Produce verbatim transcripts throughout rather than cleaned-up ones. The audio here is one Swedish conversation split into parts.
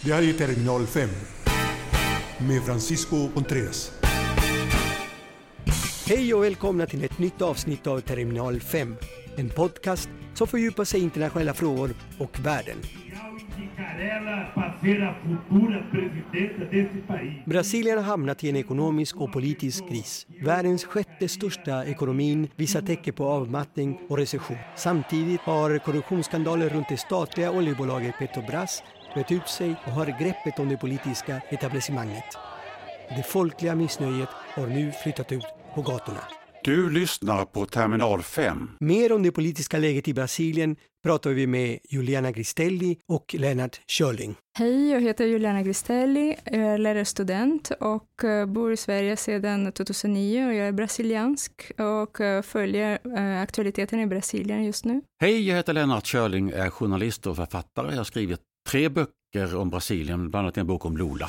Det här är Terminal fem med Francisco Contreras. Hej och välkomna till ett nytt avsnitt av Terminal fem. En podcast som fördjupar sig i internationella frågor och världen. Brasilien har hamnat i en ekonomisk och politisk kris. Världens sjätte största ekonomin visar tecken på avmattning och recession. Samtidigt har korruptionsskandaler runt det statliga oljebolaget Petrobras brett ut sig och har greppet om det politiska etablissemanget. Det folkliga missnöjet har nu flyttat ut på gatorna. Du lyssnar på Terminal fem. Mer om det politiska läget i Brasilien pratar vi med Juliana Gristelli och Lennart Schörling. Hej, jag heter Juliana Gristelli, jag är lärarstudent och bor i Sverige sedan tjugohundranio. Jag är brasiliansk och följer aktualiteten i Brasilien just nu. Hej, jag heter Lennart Schörling, är journalist och författare. Jag har skrivit tre böcker om Brasilien, bland annat en bok om Lula.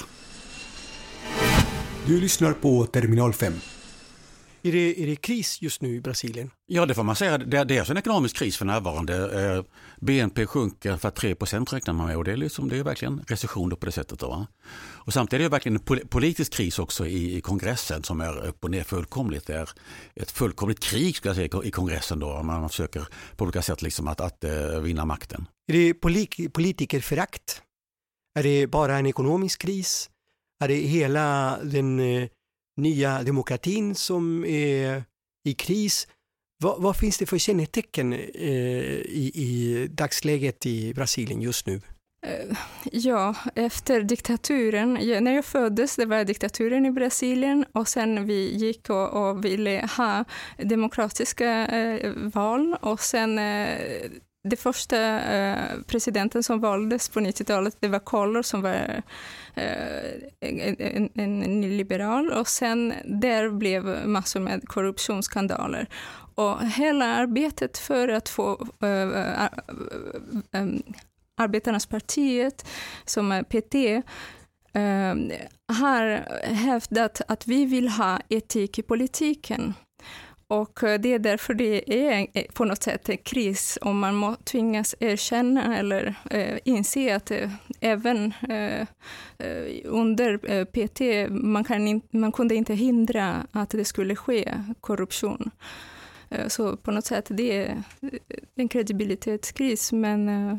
Du lyssnar på Terminal fem. Är det, är det kris just nu i Brasilien? Ja, det får man säga. Det, det är en ekonomisk kris för närvarande. Eh, B N P sjunker för tre procent räknar man med och det är, liksom, det är verkligen recession på det sättet. Då, och samtidigt är det verkligen en pol- politisk kris också i, i kongressen som är upp och ner fullkomligt. Det är ett fullkomligt krig ska jag säga, i kongressen då. Man försöker på olika sätt liksom att, att uh, vinna makten. Är det polit- politikerförakt? Är det bara en ekonomisk kris? Är det hela den uh, nya demokratin som är i kris? Va, vad finns det för kännetecken uh, i, i dagsläget i Brasilien just nu? Ja, efter diktaturen, när jag föddes, det var diktaturen i Brasilien och sen vi gick och, och ville ha demokratiska eh, val och sen eh, det första eh, presidenten som valdes på nittiotalet, det var Collor som var eh, en, en, en liberal och sen där blev massor med korruptionsskandaler. Och hela arbetet för att få äh, äh, äh, Arbetarnas partiet, som är P T, äh, har hävdat att vi vill ha etik i politiken. Och det är därför det är på något sätt en kris om man må tvingas erkänna eller äh, inse att äh, även äh, under äh, P T man, kan in, man kunde inte hindra att det skulle ske korruption. Äh, så på något sätt det är en kredibilitetskris, men äh,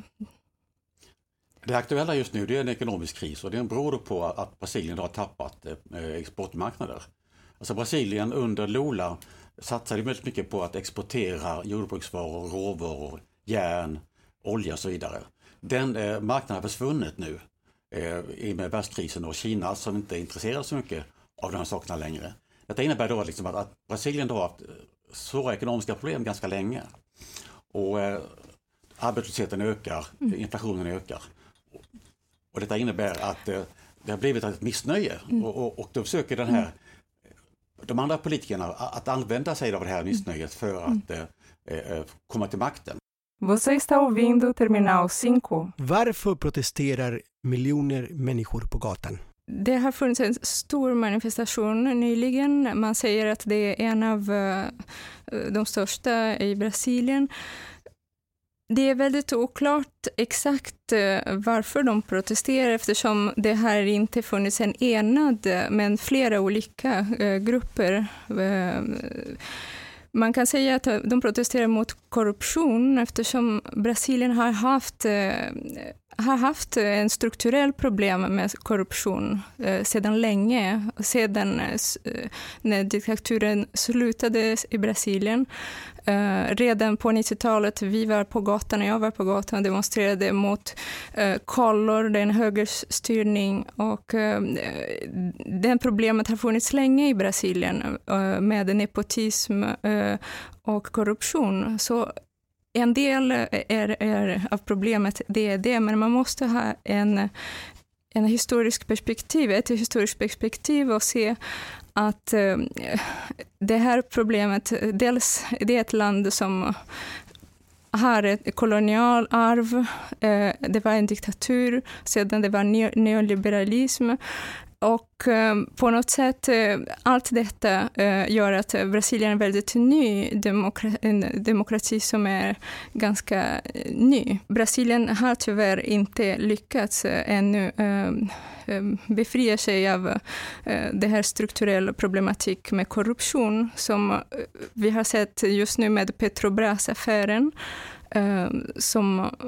det aktuella just nu det är en ekonomisk kris och det beror på att Brasilien har tappat exportmarknader. Alltså Brasilien under Lula satsade väldigt mycket på att exportera jordbruksvaror, råvaror, järn, olja och så vidare. Den eh, marknaden har försvunnit nu eh, i med världskrisen och Kina som inte är intresserad så mycket av de här sakerna längre. Detta innebär då liksom att, att Brasilien har haft svåra ekonomiska problem ganska länge och eh, arbetslösheten ökar, inflationen ökar. Och detta innebär att eh, det har blivit ett missnöje mm. och, och, och då försöker den här, de andra politikerna att använda sig av det här missnöjet för att eh, eh, komma till makten. Você está ouvindo Terminal fem. Varför protesterar miljoner människor på gatan? Det har funnits en stor manifestation nyligen. Man säger att det är en av uh, de största i Brasilien. Det är väldigt oklart exakt varför de protesterar eftersom det har inte funnits en enad men flera olika grupper. Man kan säga att de protesterar mot korruption eftersom Brasilien har haft, har haft en strukturell problem med korruption eh, sedan länge. Sedan eh, när diktaturen slutade i Brasilien. Eh, redan på nittiotalet, vi var på gatan, jag var på gatan och demonstrerade mot eh, Collor, den högerstyrning och eh, den problemet har funnits länge i Brasilien eh, med nepotism eh, och korruption. Så en del är, är av problemet, det är det, men man måste ha en, en historisk perspektiv, ett historiskt perspektiv och se att eh, det här problemet, dels det är ett land som har ett kolonialarv, eh, det var en diktatur, sedan det var ne- neoliberalism. Och eh, på något sätt, eh, allt detta eh, gör att Brasilien är en väldigt ny demokra- en demokrati som är ganska eh, ny. Brasilien har tyvärr inte lyckats eh, ännu eh, befria sig av eh, det här strukturella problematik med korruption som eh, vi har sett just nu med Petrobras-affären. Uh, som uh,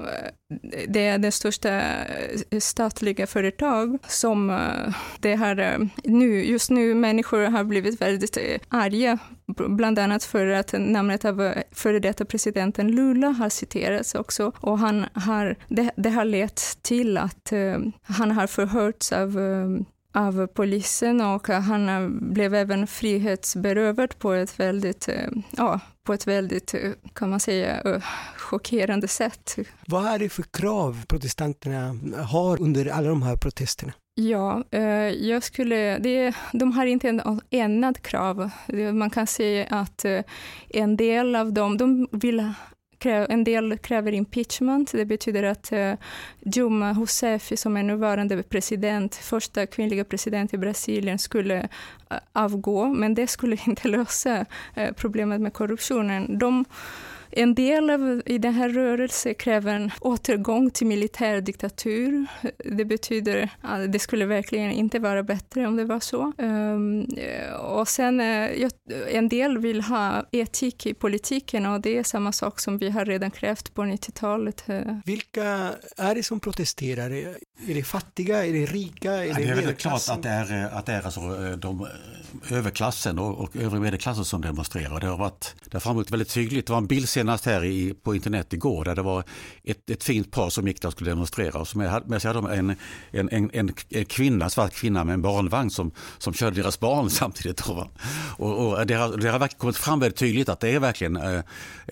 det är det största statliga företag som uh, det har uh, nu, just nu människor har blivit väldigt uh, arga, bland annat för att namnet av uh, före detta presidenten Lula har citerats också, och han har, det, det har lett till att uh, han har förhörts av uh, av polisen, och han blev även frihetsberövad på ett väldigt, ja, på ett väldigt, kan man säga, chockerande sätt. Vad är det för krav protestanterna har under alla de här protesterna? Ja, jag skulle, det, de har inte en enad krav. Man kan säga att en del av dem, de vill en del kräver impeachment. Det betyder att uh, Dilma Rousseff, som är nuvarande president, första kvinnliga president i Brasilien, skulle uh, avgå. Men det skulle inte lösa uh, problemet med korruptionen. De, en del av i den här rörelsen kräver en återgång till militärdiktatur. Det betyder att det skulle verkligen inte vara bättre om det var så. Um, och sen uh, en del vill ha etik i politiken, och det är samma sak som vi har redan krävt på nittiotalet. Vilka är det som protesterar? Är det fattiga? Är det rika? Är ja, det det är väldigt klart att det är, att det är alltså de överklassen och, och övrig medelklassen som demonstrerar. Det har varit, det har framgått väldigt tydligt. Det var en bild senast här i, på internet igår där det var ett, ett fint par som gick där och skulle demonstrera. Och som med, med sig hade de en, en, en, en, en kvinna, svart kvinna med en barnvagn som, som körde deras barn samtidigt. Då, och, och det har, det har verkligen kommit fram väldigt tydligt att det är verkligen eh,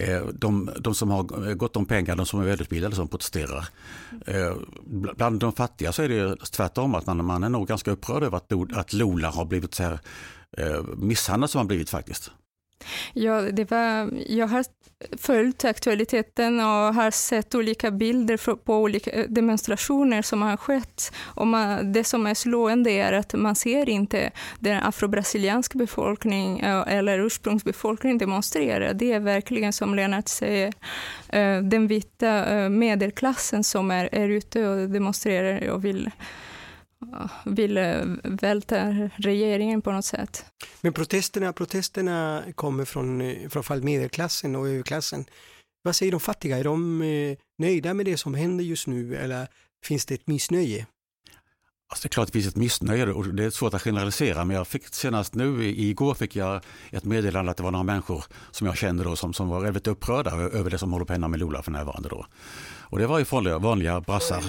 de, de som har gott om pengar, de som är välutbildade, som protesterar. Eh, bland de fattiga så är det tvärtom att man, man är nog ganska upprörd över att, att Lula har blivit så här eh, misshandlad som han blivit faktiskt. Ja, det var, jag har följt aktualiteten och har sett olika bilder på olika demonstrationer som har skett. Och man, det som är slående är att man ser inte den afrobrasilianska befolkning eller ursprungsbefolkning demonstrera. Det är verkligen, som Lennart säger, den vita medelklassen som är, är ute och demonstrerar och vill vill välta regeringen på något sätt. Men protesterna, protesterna kommer från framförallt medelklassen och överklassen. Vad säger de fattiga? Är de nöjda med det som händer just nu, eller finns det ett missnöje? Alltså det är klart att det finns ett missnöje, och det är svårt att generalisera, men jag fick senast nu, igår fick jag ett meddelande att det var några människor som jag kände då som, som var väldigt upprörda över det som håller på att hända med Lula för närvarande då. Och det var ju vanliga, vanliga brassar.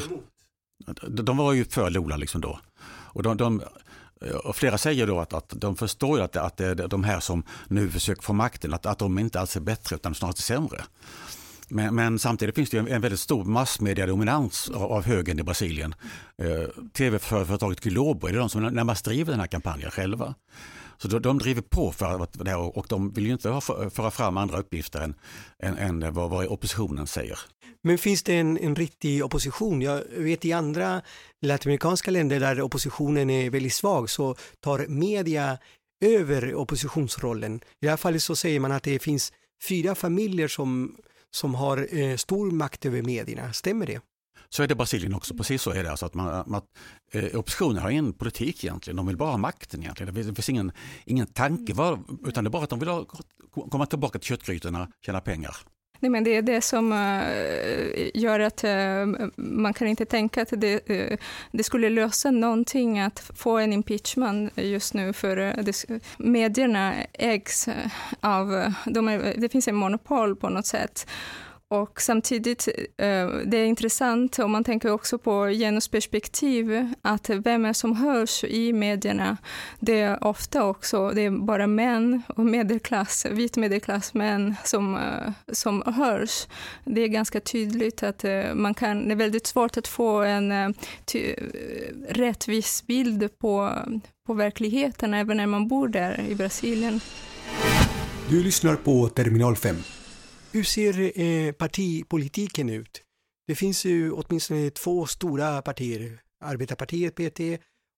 De var ju för Lula liksom då. Och, de, de, och flera säger då att, att de förstår ju att, att det är de här som nu försöker få makten, att, att de inte alls är bättre utan snarare sämre. Men, men samtidigt finns det ju en, en väldigt stor massmediadominans av, av högern i Brasilien. Eh, Tv-företaget Globo är det de som närmast driver den här kampanjen själva. Så de, de driver på för det här, och de vill ju inte ha, föra fram andra uppgifter än, än, än vad, vad oppositionen säger. Men finns det en, en riktig opposition? Jag vet i andra latinamerikanska länder där oppositionen är väldigt svag så tar media över oppositionsrollen. I det här fallet så säger man att det finns fyra familjer som, som har eh, stor makt över medierna. Stämmer det? Så är det i Brasilien också, precis så är det. Alltså att man, att, eh, oppositionen har ingen politik egentligen, de vill bara ha makten egentligen. Det finns ingen, ingen tanke, var, utan det är bara att de vill ha, komma tillbaka till köttgrytorna, tjäna pengar. Nej, men det är det som uh, gör att uh, man kan inte tänka att det, uh, det skulle lösa någonting att få en impeachment just nu, för uh, det, medierna ägs av, uh, de är, det finns en monopol på något sätt. Och samtidigt, det är intressant om man tänker också på genusperspektiv, att vem är som hörs i medierna, det är ofta också, det är bara män och medelklass, vit medelklass män som, som hörs. Det är ganska tydligt att man kan, det är väldigt svårt att få en ty, rättvis bild på, på verkligheten även när man bor där i Brasilien. Du lyssnar på Terminal fem. Hur ser eh, partipolitiken ut? Det finns ju åtminstone två stora partier. Arbetarpartiet P T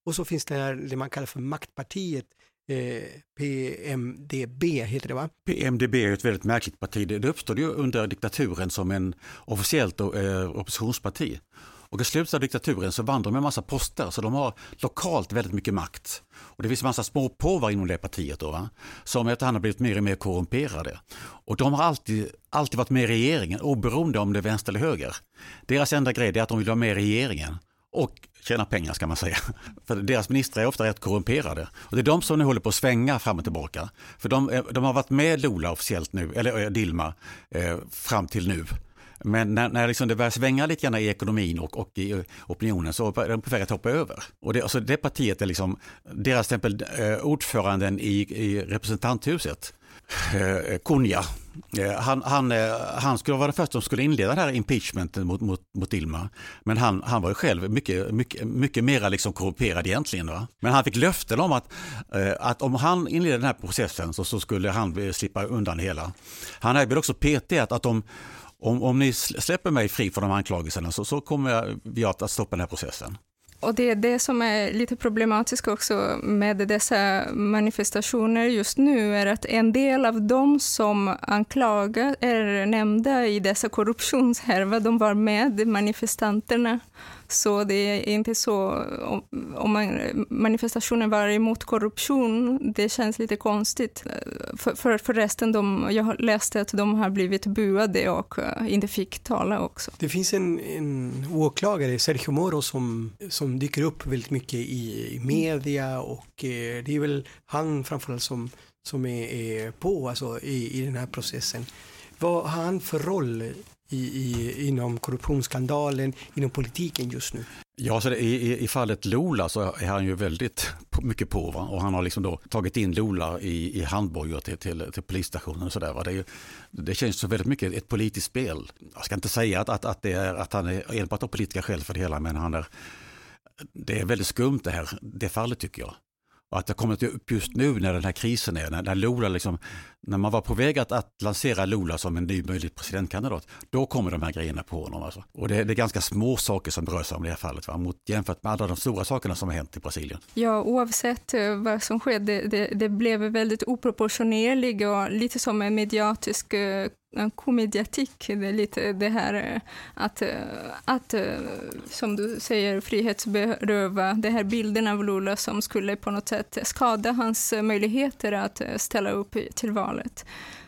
Och så finns det här det man kallar för maktpartiet, eh, P M D B heter det va? P M D B är ett väldigt märkligt parti. Det uppstod ju under diktaturen som en officiellt eh, oppositionsparti. Och i slutet av diktaturen så vandrar de med en massa poster, så de har lokalt väldigt mycket makt. Och det finns en massa små påvar inom det partiet då, va? Som efterhand har blivit mer och mer korrumperade. Och de har alltid, alltid varit med i regeringen, oberoende om det är vänster eller höger. Deras enda grej är att de vill vara med i regeringen och tjäna pengar, ska man säga. För deras ministrar är ofta rätt korrumperade. Och det är de som nu håller på att svänga fram och tillbaka. För de, de har varit med Lula officiellt nu, eller Dilma, eh, fram till nu. Men när, när liksom det börjar svänga lite grann i ekonomin och, och i opinionen så är de på väg att hoppa över. Och det, alltså det partiet är liksom, deras exempel eh, ordföranden i, i representanthuset, eh, Cunha, eh, han, han, eh, han skulle vara den första som skulle inleda den här impeachmenten mot, mot, mot Dilma. Men han, han var ju själv mycket, mycket, mycket mer liksom korrumperad egentligen. Va? Men han fick löften om att, eh, att om han inledde den här processen så, så skulle han slippa undan hela. Han har väl också P T att, att de Om, om ni släpper mig fri från de anklagelserna så, så kommer vi att stoppa den här processen. Och det är det som är lite problematiskt också med dessa manifestationer just nu, är att en del av dem som anklagar är nämnda i dessa korruptionshärva, de var med manifestanterna. Så det är inte så, om, om man, manifestationen var emot korruption, det känns lite konstigt. För, för, för resten, de, jag läste att de har blivit buade och inte fick tala också. Det finns en, en åklagare, Sergio Moro, som, som dyker upp väldigt mycket i, i media, och eh, det är väl han framförallt som, som är, är på alltså, i, i den här processen. Vad har han för roll I, i, inom korruptionsskandalen, inom politiken just nu? Ja, så det, i, i fallet Lula så är han ju väldigt mycket på, va? Och han har liksom då tagit in Lula i, i handbojor till, till, till polisstationen och sådär. Det, det känns så väldigt mycket ett politiskt spel. Jag ska inte säga att, att, att, det är, att han är enbart av politiska skäl för det hela, men han är, det är väldigt skumt det här, det fallet tycker jag. Och att det kommer upp just nu när den här krisen är, när, när Lula liksom, när man var på väg att, att lansera Lula som en ny möjlig presidentkandidat, då kommer de här grejerna på honom. Alltså. Och det, det är ganska små saker som berör sig om det här fallet, va? Mot, jämfört med alla de stora sakerna som har hänt i Brasilien. Ja, oavsett vad som skedde, det, det blev väldigt oproportionerligt och lite som en mediatisk en komediatik, det är lite det här att, att som du säger, frihetsberöva, det här bilden av Lula som skulle på något sätt skada hans möjligheter att ställa upp till valet.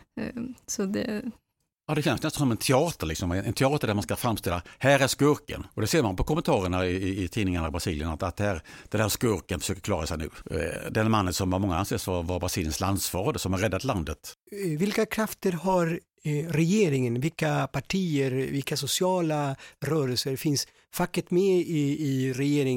Så det... Ja, det känns nästan som en teater, liksom. En teater där man ska framställa, här är skurken. Och det ser man på kommentarerna i, i, i tidningarna i Brasilien, att, att här, den där skurken försöker klara sig nu. Den mannen som många anses vara var Brasiliens landsfader, som har räddat landet. Vilka krafter har regeringen, vilka partier, vilka sociala rörelser finns facket med i, i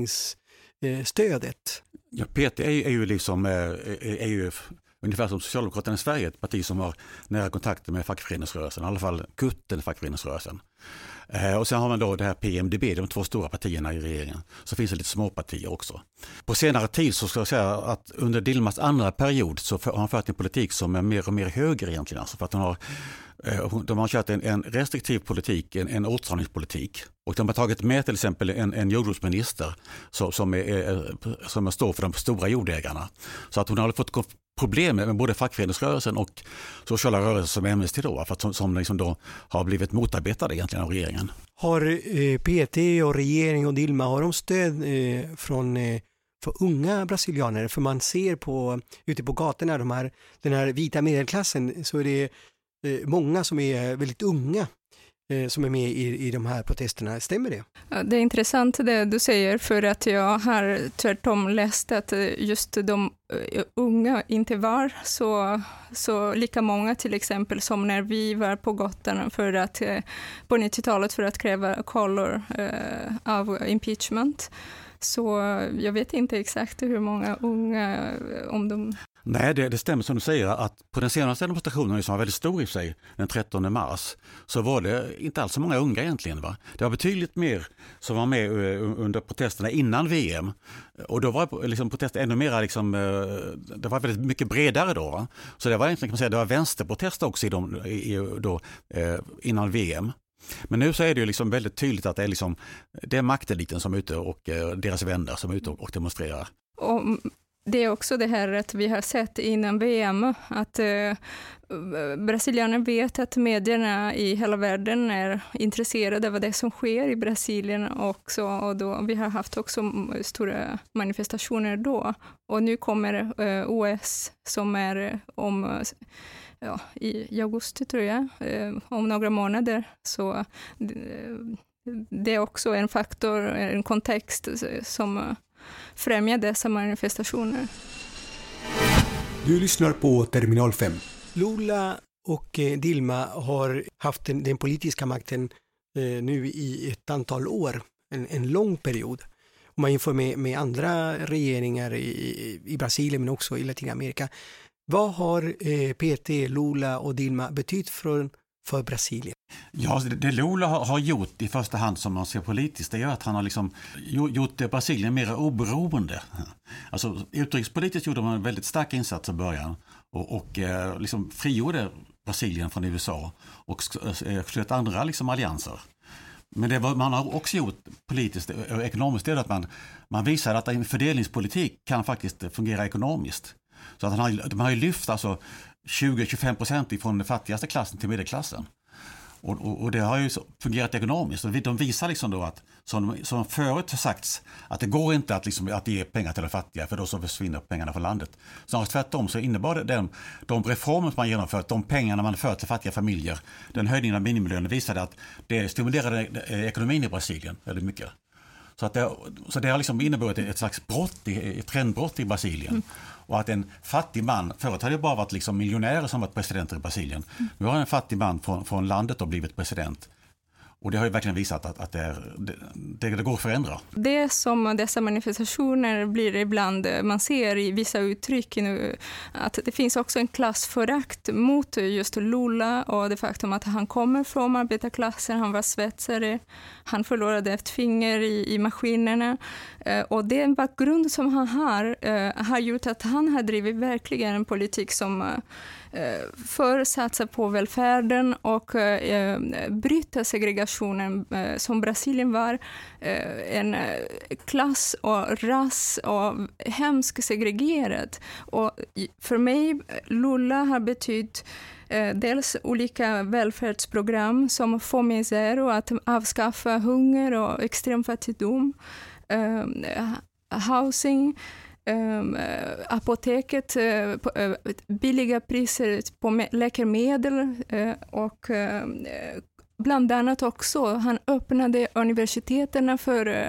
regeringsstödet? Ja, P T är ju, är ju liksom är, är ju ungefär som Socialdemokraterna i Sverige, ett parti som har nära kontakter med fackföreningsrörelsen, i alla fall kutten fackföreningsrörelsen. Eh, och sen har man då det här P M D B, de två stora partierna i regeringen. Så finns det lite små partier också. På senare tid så ska jag säga att under Dilmas andra period så har han fört en politik som är mer och mer höger egentligen. Alltså för att de har, eh, de har kört en, en restriktiv politik, en, en åtstramningspolitik. Och de har tagit med till exempel en, en jordbruksminister som, som, är, som står för de stora jordägarna. Så att hon har fått problem med både fackföreningsrörelsen och sociala rörelser som M S T då, för att som, som liksom då har blivit motarbetade egentligen av regeringen. Har eh, P T och regering och Dilma, har de stöd eh, från eh, för unga brasilianer? För man ser på ute på gatorna, de här, den här vita medelklassen, så är det eh, många som är väldigt unga som är med i, i de här protesterna. Stämmer det? Ja, det är intressant det du säger, för att jag har tvärtom läst att just de unga inte var så, så lika många till exempel som när vi var på gatorna för att, på nittiotalet för att kräva kollor eh, av impeachment. Så jag vet inte exakt hur många unga, om de... Nej, det, det stämmer som du säger, att på den senaste demonstrationen som var väldigt stor i sig, den trettonde mars, så var det inte alls så många unga egentligen. Va? Det var betydligt mer som var med under protesterna innan V M. Och då var liksom protesterna ännu mer, liksom, det var väldigt mycket bredare då. Va? Så det var egentligen, kan man säga, det var vänsterprotester också i de, i, då, innan V M. Men nu så är det ju liksom väldigt tydligt att det är, liksom, det är makteliten som är ute och eh, deras vänner som är ute och, och demonstrerar. Och det är också det här att vi har sett innan V M att eh, brasilianer vet att medierna i hela världen är intresserade av det som sker i Brasilien också, och då, vi har haft också stora manifestationer då, och nu kommer eh, O S som är om ja, i augusti tror jag, eh, om några månader, så det, det är också en faktor, en kontext som främja dessa manifestationer. Du lyssnar på Terminal fem. Lula och eh, Dilma har haft den, den politiska makten eh, nu i ett antal år, en, en lång period. Om man jämför med, med andra regeringar i, i Brasilien men också i Latinamerika. Vad har eh, P T, Lula och Dilma betytt för, för Brasilien? Ja, det, det Lula har, har gjort i första hand som man ser politiskt, det är att han har liksom gjort Brasilien mer oberoende. Alltså utrikespolitiskt gjorde man en väldigt stark insats i början och, och eh, liksom frigjorde Brasilien från U S A och slöt andra liksom allianser. Men det var, man har också gjort politiskt och ekonomiskt, det är att man, man visar att en fördelningspolitik kan faktiskt fungera ekonomiskt. Så att han har, man har ju lyft alltså tjugo till tjugofem procent ifrån den fattigaste klassen till medelklassen. Och, och, och det har ju fungerat ekonomiskt. Och de visar liksom då att, som, som förut har sagts, att det går inte att, liksom, att ge pengar till de fattiga för då så försvinner pengarna från landet. Snarare tvärtom så innebar det den, de reformer som man genomfört, de pengarna man för till fattiga familjer, den höjningen av minimilönen visade att det stimulerade ekonomin i Brasilien väldigt mycket. Så, att det, så det har liksom inneburit ett slags brott, ett trendbrott i Brasilien. Mm. Och att en fattig man, förut hade det bara varit liksom miljonärer som varit presidenter i Brasilien. Mm. Nu har en fattig man från, från landet och blivit president. Och det har ju verkligen visat att, att det, är, det, det går att förändra. Det som dessa manifestationer blir ibland, man ser i vissa uttryck nu, att det finns också en klassförakt mot just Lula och det faktum att han kommer från arbetarklassen, han var svetsare, han förlorade ett finger i, i maskinerna. Och den bakgrund som han har har gjort att han har drivit verkligen en politik som för satsa på välfärden och eh, bryta segregationen eh, som Brasilien var eh, en klass och ras och hemskt segregerad. Och för mig, Lula har betytt eh, dels olika välfärdsprogram som Fome Zero, att avskaffa hunger och extrem fattigdom, eh, housing, Um, apoteket, uh, på, uh, billiga priser på me- läkemedel uh, och uh, bland annat också han öppnade universiteterna för uh,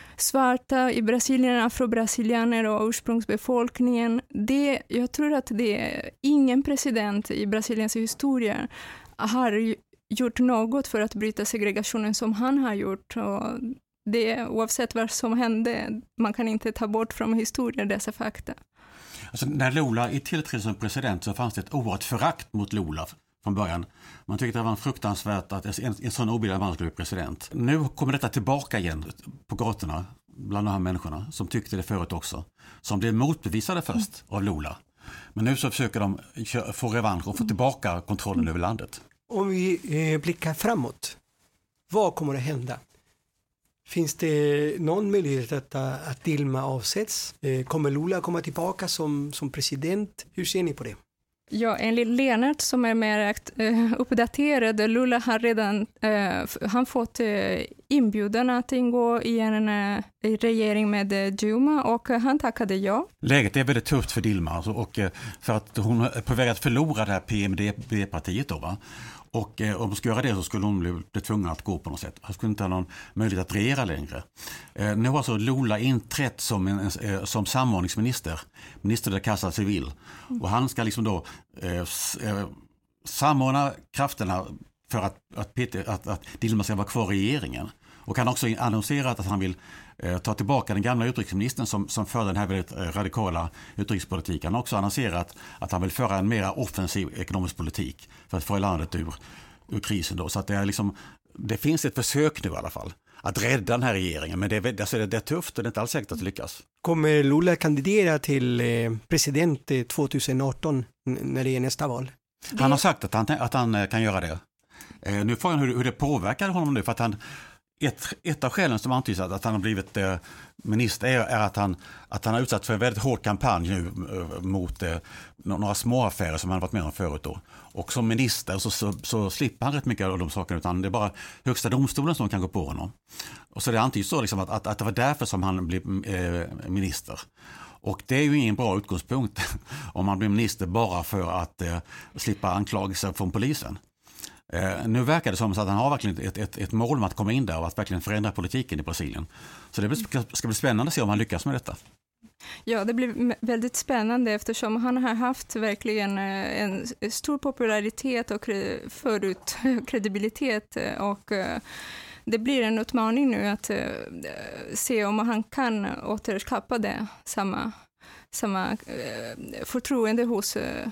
svarta i Brasilien, afrobrasilianer och ursprungsbefolkningen. Det, jag tror att det är ingen president i Brasiliens historia har gjort något för att bryta segregationen som han har gjort, och det, oavsett vad som hände, man kan inte ta bort från historien dessa fakta. Alltså, när Lula i tillträdde som president så fanns det ett oerhört förakt mot Lula från början. Man tyckte det var fruktansvärt att en, en sån obildad man skulle bli president. Nu kommer detta tillbaka igen på gatorna bland de här människorna som tyckte det förut också. Som blev motbevisade först mm. av Lula. Men nu så försöker de få revansch och få tillbaka kontrollen mm. över landet. Om vi eh, blickar framåt, vad kommer att hända? Finns det någon möjlighet att, att Dilma avsätts? Kommer Lula komma tillbaka som, som president? Hur ser ni på det? Ja, enligt Lennart som är mer uh, uppdaterad, Lula har redan uh, han fått uh, inbjudan att ingå i en uh, regering med uh, Dilma och uh, han tackade ja. Läget är väldigt tufft för Dilma alltså, och uh, för att hon är på väg att förlora det här P M D B-partiet då, va? Och eh, om hon skulle göra det så skulle hon bli, bli tvungen att gå på något sätt. Hon skulle inte ha någon möjlighet att regera längre. Eh, nu har alltså Lula inträtt som, en, eh, som samordningsminister, minister de Casa Civil. Mm. Och han ska liksom då eh, eh, samordna krafterna för att, att, Peter, att, att Dilma ska vara kvar i regeringen. Och han har också annonserat att han vill eh, ta tillbaka den gamla utrikesministern som, som för den här väldigt eh, radikala utrikespolitiken. Han har också annonserat att han vill föra en mer offensiv ekonomisk politik för att få landet ur, ur krisen. Då. Så att det, är liksom, det finns ett försök nu i alla fall att rädda den här regeringen. Men det är, alltså det är tufft och det är inte alls säkert att lyckas. Kommer Lula kandidera till eh, president tjugoarton n- när det är nästa val? Han har sagt att han, att han kan göra det. Eh, nu får jag hur, hur det påverkar honom nu, för att han Ett, ett av skälen som antyds att han har blivit eh, minister är, är att, han, att han har utsatt för en väldigt hård kampanj nu eh, mot eh, några småaffärer som han varit med om förut då. Och som minister så, så, så slipper han rätt mycket av de sakerna, utan det är bara högsta domstolen som kan gå på honom. Och så det antyds så liksom att, att, att det var därför som han blev eh, minister. Och det är ju ingen bra utgångspunkt om man blir minister bara för att eh, slippa anklagelser från polisen. Eh, nu verkar det som att han har verkligen ett, ett, ett mål med att komma in där och att verkligen förändra politiken i Brasilien. Så det ska, ska bli spännande att se om han lyckas med detta. Ja, det blir väldigt spännande eftersom han har haft verkligen en stor popularitet och förut kredibilitet, och det blir en utmaning nu att se om han kan återskapa det, samma, samma förtroende hos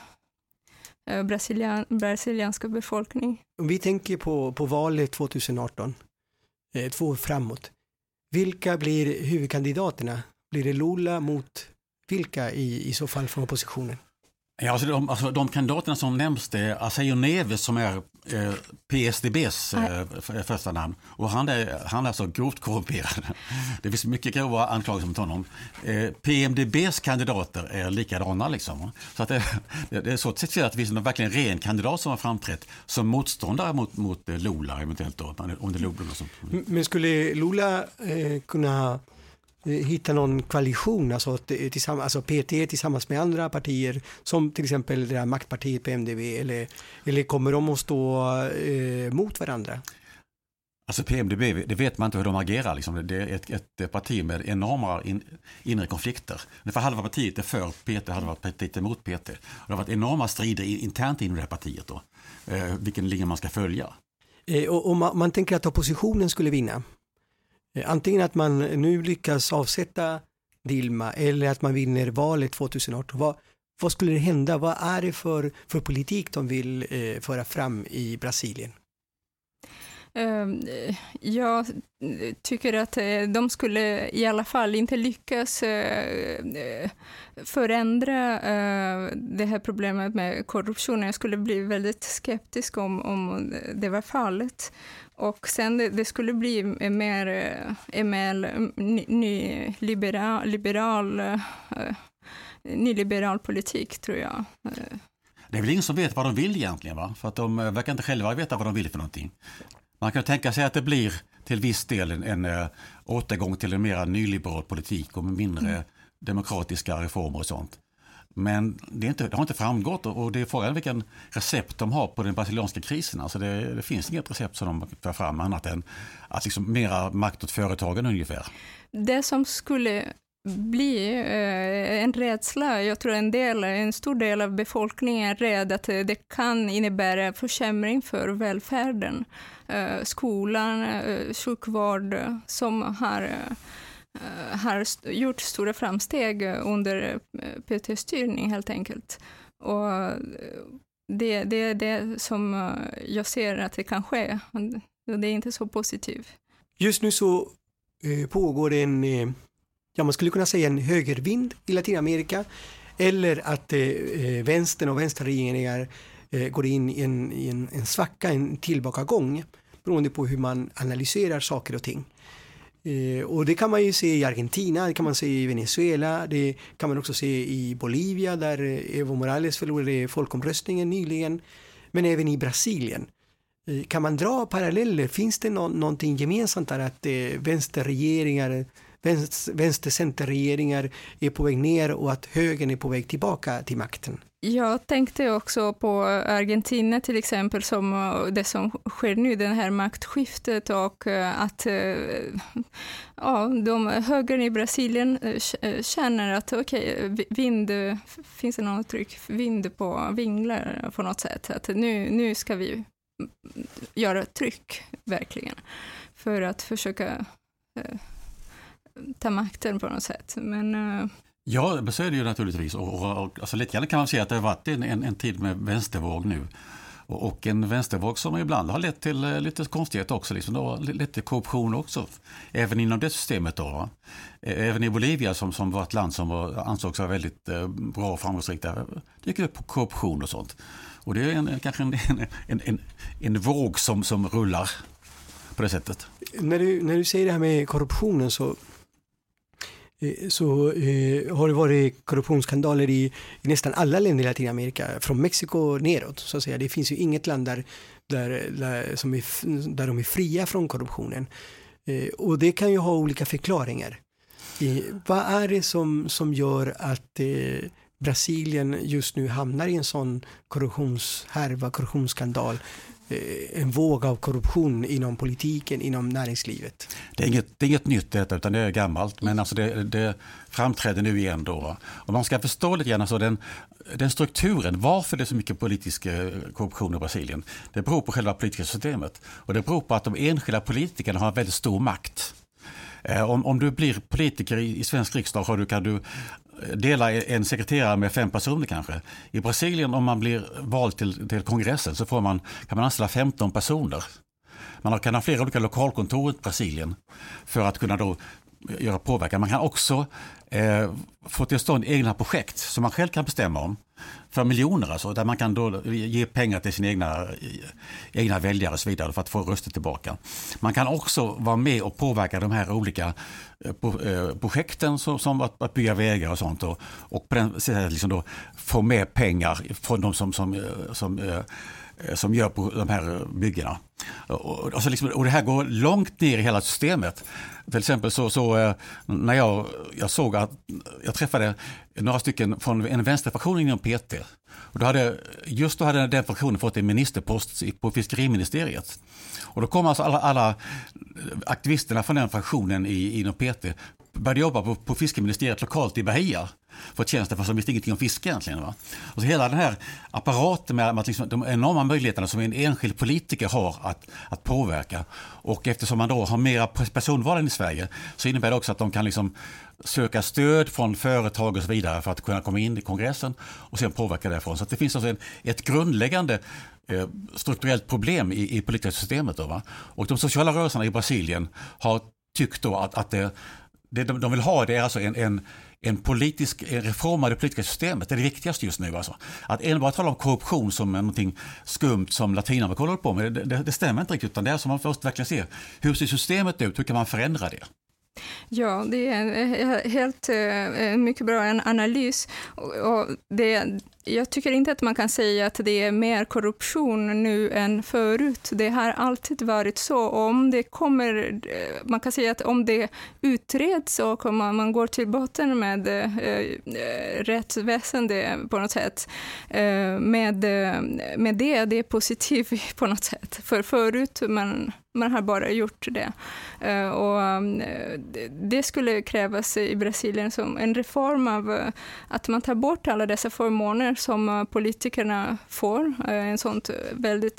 Brasilian, brasilianska befolkning. Om vi tänker på, på valet tjugo arton, eh, två år framåt, vilka blir huvudkandidaterna? Blir det Lula mot vilka i, i så fall från oppositionen? Ja, alltså de, alltså de kandidaterna som nämns är Aécio Neves som är eh, P S D B:s eh, första namn. Och han är, han är alltså grovt korrumperad. Det finns mycket grova anklagelser mot honom. Eh, P M D B:s kandidater är likadana liksom. Så att det, det är så att se att det finns en verkligen ren kandidat som har framträtt som motståndare mot, mot Lula eventuellt då, under Lula och sånt. Men skulle Lula eh, kunna hitta någon koalition, alltså, tillsammans, alltså P T tillsammans med andra partier som till exempel det här maktpartiet P M D B, eller, eller kommer de att stå eh, mot varandra? Alltså P M D B, det vet man inte hur de agerar. Liksom. Det är ett, ett parti med enorma in, inre konflikter. För halva partiet är för P T, halva partiet är emot P T. Och det har varit enorma strider internt inom det här partiet då. Eh, vilken linje man ska följa. Eh, och om man, man tänker att oppositionen skulle vinna, antingen att man nu lyckas avsätta Dilma eller att man vinner valet tjugo arton. Vad, vad skulle det hända? Vad är det för, för politik de vill eh, föra fram i Brasilien? Jag tycker att de skulle i alla fall inte lyckas förändra det här problemet med korruption. Jag skulle bli väldigt skeptisk om, om det var fallet. Och sen det, det skulle bli mer, mer nyliberal, liberal, nyliberal politik, tror jag. Det är väl ingen som vet vad de vill egentligen, va? För att de verkar inte själva veta vad de vill för någonting. Man kan tänka sig att det blir till viss del en, en uh, återgång till en mer nyliberal politik och med mindre mm. demokratiska reformer och sånt. Men det, är inte, det har inte framgått, och det är frågan vilken recept de har på den brasilianska krisen. Alltså det, det finns inget recept som de för fram annat än att liksom mera makt åt företagen ungefär. Det som skulle bli eh, en rädsla, jag tror en del, en stor del av befolkningen är rädd att det kan innebära försämring för välfärden. Eh, skolan, eh, sjukvård som har eh, har st- gjort stora framsteg under P T-styrning helt enkelt. Och det, det är det som jag ser att det kan ske. Det är inte så positivt. Just nu så eh, pågår en, eh, ja man skulle kunna säga en högervind i Latinamerika, eller att eh, vänstern och vänsterregeringar eh, går in i en, i en, en svacka, en tillbakagång, beroende på hur man analyserar saker och ting. Eh, och det kan man ju se i Argentina, det kan man se i Venezuela, det kan man också se i Bolivia där Evo Morales förlorade folkomröstningen nyligen, men även i Brasilien. Eh, kan man dra paralleller? Finns det no- någonting gemensamt där att eh, vänsterregeringar, vänster, vänster-centerregeringar är på väg ner och att högern är på väg tillbaka till makten? Jag tänkte också på Argentina till exempel, som det som sker nu, det här maktskiftet, och att ja, de högern i Brasilien känner att okej, okay, vind, finns det något tryck, vind på vinglar på något sätt, att nu, nu ska vi göra tryck verkligen för att försöka ta makten på något sätt, men ja, så är det ju naturligtvis. Och, och, och, alltså, lite grann kan man säga att det har varit en, en, en tid med vänstervåg nu. Och, och en vänstervåg som ibland har lett till uh, lite konstighet också. Liksom, då, lite korruption också. Även inom det systemet. Då, även i Bolivia som, som var ett land som var, ansågs vara väldigt uh, bra och framgångsrikt. Det gick upp på korruption och sånt. Och det är en, kanske en, en, en, en våg som, som rullar på det sättet. När du, när du säger det här med korruptionen så, så eh, har det varit korruptionsskandaler i, i nästan alla länder i Latinamerika, från Mexiko neråt så att säga. Det finns ju inget land där, där, där, som är, där de är fria från korruptionen. Eh, och det kan ju ha olika förklaringar. Eh, vad är det som, som gör att eh, Brasilien just nu hamnar i en sån korruptionshärva, korruptionsskandal? En våg av korruption inom politiken, inom näringslivet. Det är inget, det är inget nytt detta, utan det är gammalt, men alltså det, det framträder nu igen då. Och man ska förstå lite grann alltså den, den strukturen, varför det är så mycket politisk korruption i Brasilien. Det beror på själva politiska systemet, och det beror på att de enskilda politikerna har väldigt stor makt. Om, om du blir politiker i, i svensk riksdag har du, kan du dela en sekreterare med fem personer kanske. I Brasilien, om man blir vald till, till kongressen, så får man, kan man anställa femton personer. Man kan ha flera olika lokalkontor i Brasilien för att kunna då göra påverkan. Man kan också eh, få till stånd egna projekt som man själv kan bestämma om för miljoner, alltså, där man kan då ge pengar till sina egna, egna väljare och så vidare för att få röster tillbaka. Man kan också vara med och påverka de här olika eh, projekten som, som att, att bygga vägar och sånt, och, och på den sättet liksom då få med pengar från de som, som, som eh, som gör på de här byggena. Och, alltså liksom, och det här går långt ner i hela systemet. Till exempel så, så när jag, jag såg att jag träffade några stycken från en vänsterfraktion inom P T. Och då hade, just då hade den fraktionen fått en ministerpost på fiskeriministeriet. Och då kom alltså alla, alla aktivisterna från den fraktionen i, inom P T började jobba på, på fiskeministeriet lokalt i Bahia för tjänster, fast de visste ingenting om fiske egentligen. Va? Och så hela den här apparaten med att liksom, de enorma möjligheterna som en enskild politiker har att, att påverka, och eftersom man då har mera personval i Sverige, så innebär det också att de kan liksom söka stöd från företag och så vidare för att kunna komma in i kongressen och sen påverka därifrån. Så att det finns alltså en, ett grundläggande eh, strukturellt problem i, i politiska systemet. Då, va? Och de sociala rörelserna i Brasilien har tyckt då att, att det, det de, de vill ha det är alltså en, en En politisk en reform av det politiska systemet. Det är det viktigaste just nu. Alltså. Att enbart tala om korruption som någonting skumt som Latinamerika håller på med, det, det, det stämmer inte riktigt, utan det är som man först verkligen ser. Hur ser systemet ut? Hur kan man förändra det? Ja, det är helt mycket bra en analys. Och det, jag tycker inte att man kan säga att det är mer korruption nu än förut. Det har alltid varit så. Om det kommer, man kan säga att om det utreds och man går till botten med äh, rättsväsende på något sätt, äh, med, med det, det är positivt på något sätt. För förut man Man har bara gjort det. Uh, och um, det skulle krävas i Brasilien som en reform av uh, att man tar bort alla dessa förmåner som uh, politikerna får. Uh, en sånt uh, väldigt...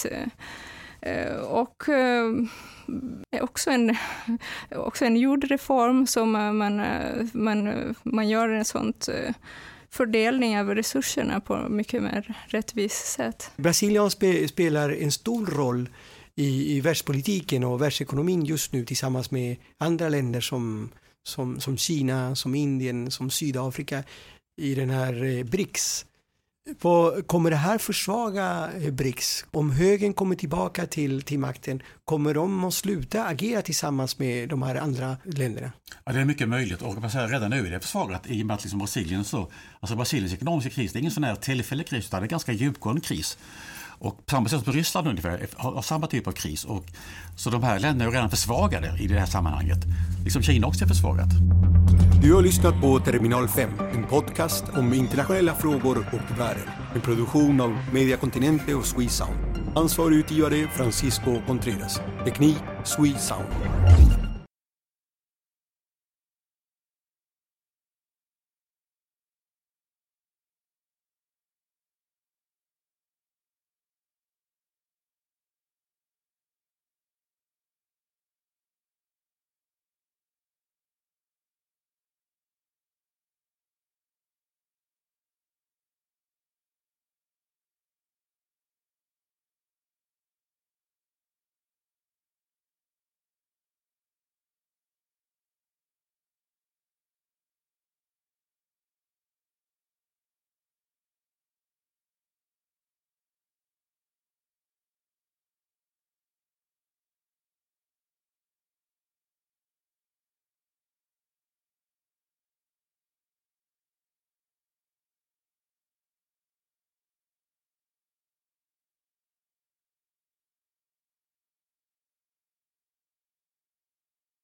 Uh, och uh, också en, också en jordreform som uh, man, uh, man, uh, man gör en sånt... Uh, fördelning av resurserna på mycket mer rättvis sätt. Brasilien spe, spelar en stor roll i, i världspolitiken och världsekonomin just nu tillsammans med andra länder som, som, som Kina, som Indien, som Sydafrika i den här eh, B R I C S. På, kommer det här försvaga eh, B R I C S? Om högern kommer tillbaka till, till makten, kommer de att sluta agera tillsammans med de här andra länderna? Ja, det är mycket möjligt, och jag säga, redan nu är det försvagat i och med att liksom Brasilien så, alltså Brasiliens ekonomiska kris, det är ingen sån här tillfällig kris, utan det är en ganska djupgående kris. Och på samma sätt som Ryssland ungefär har, har samma typ av kris. Och, så de här länderna är redan försvagade i det här sammanhanget. Liksom Kina också är försvagat. Du har lyssnat på Terminal fem, en podcast om internationella frågor och världen. En produktion av Media Continente och Sweet Sound. Ansvarig utgivare Francisco Contreras. Teknik Sweet Sound.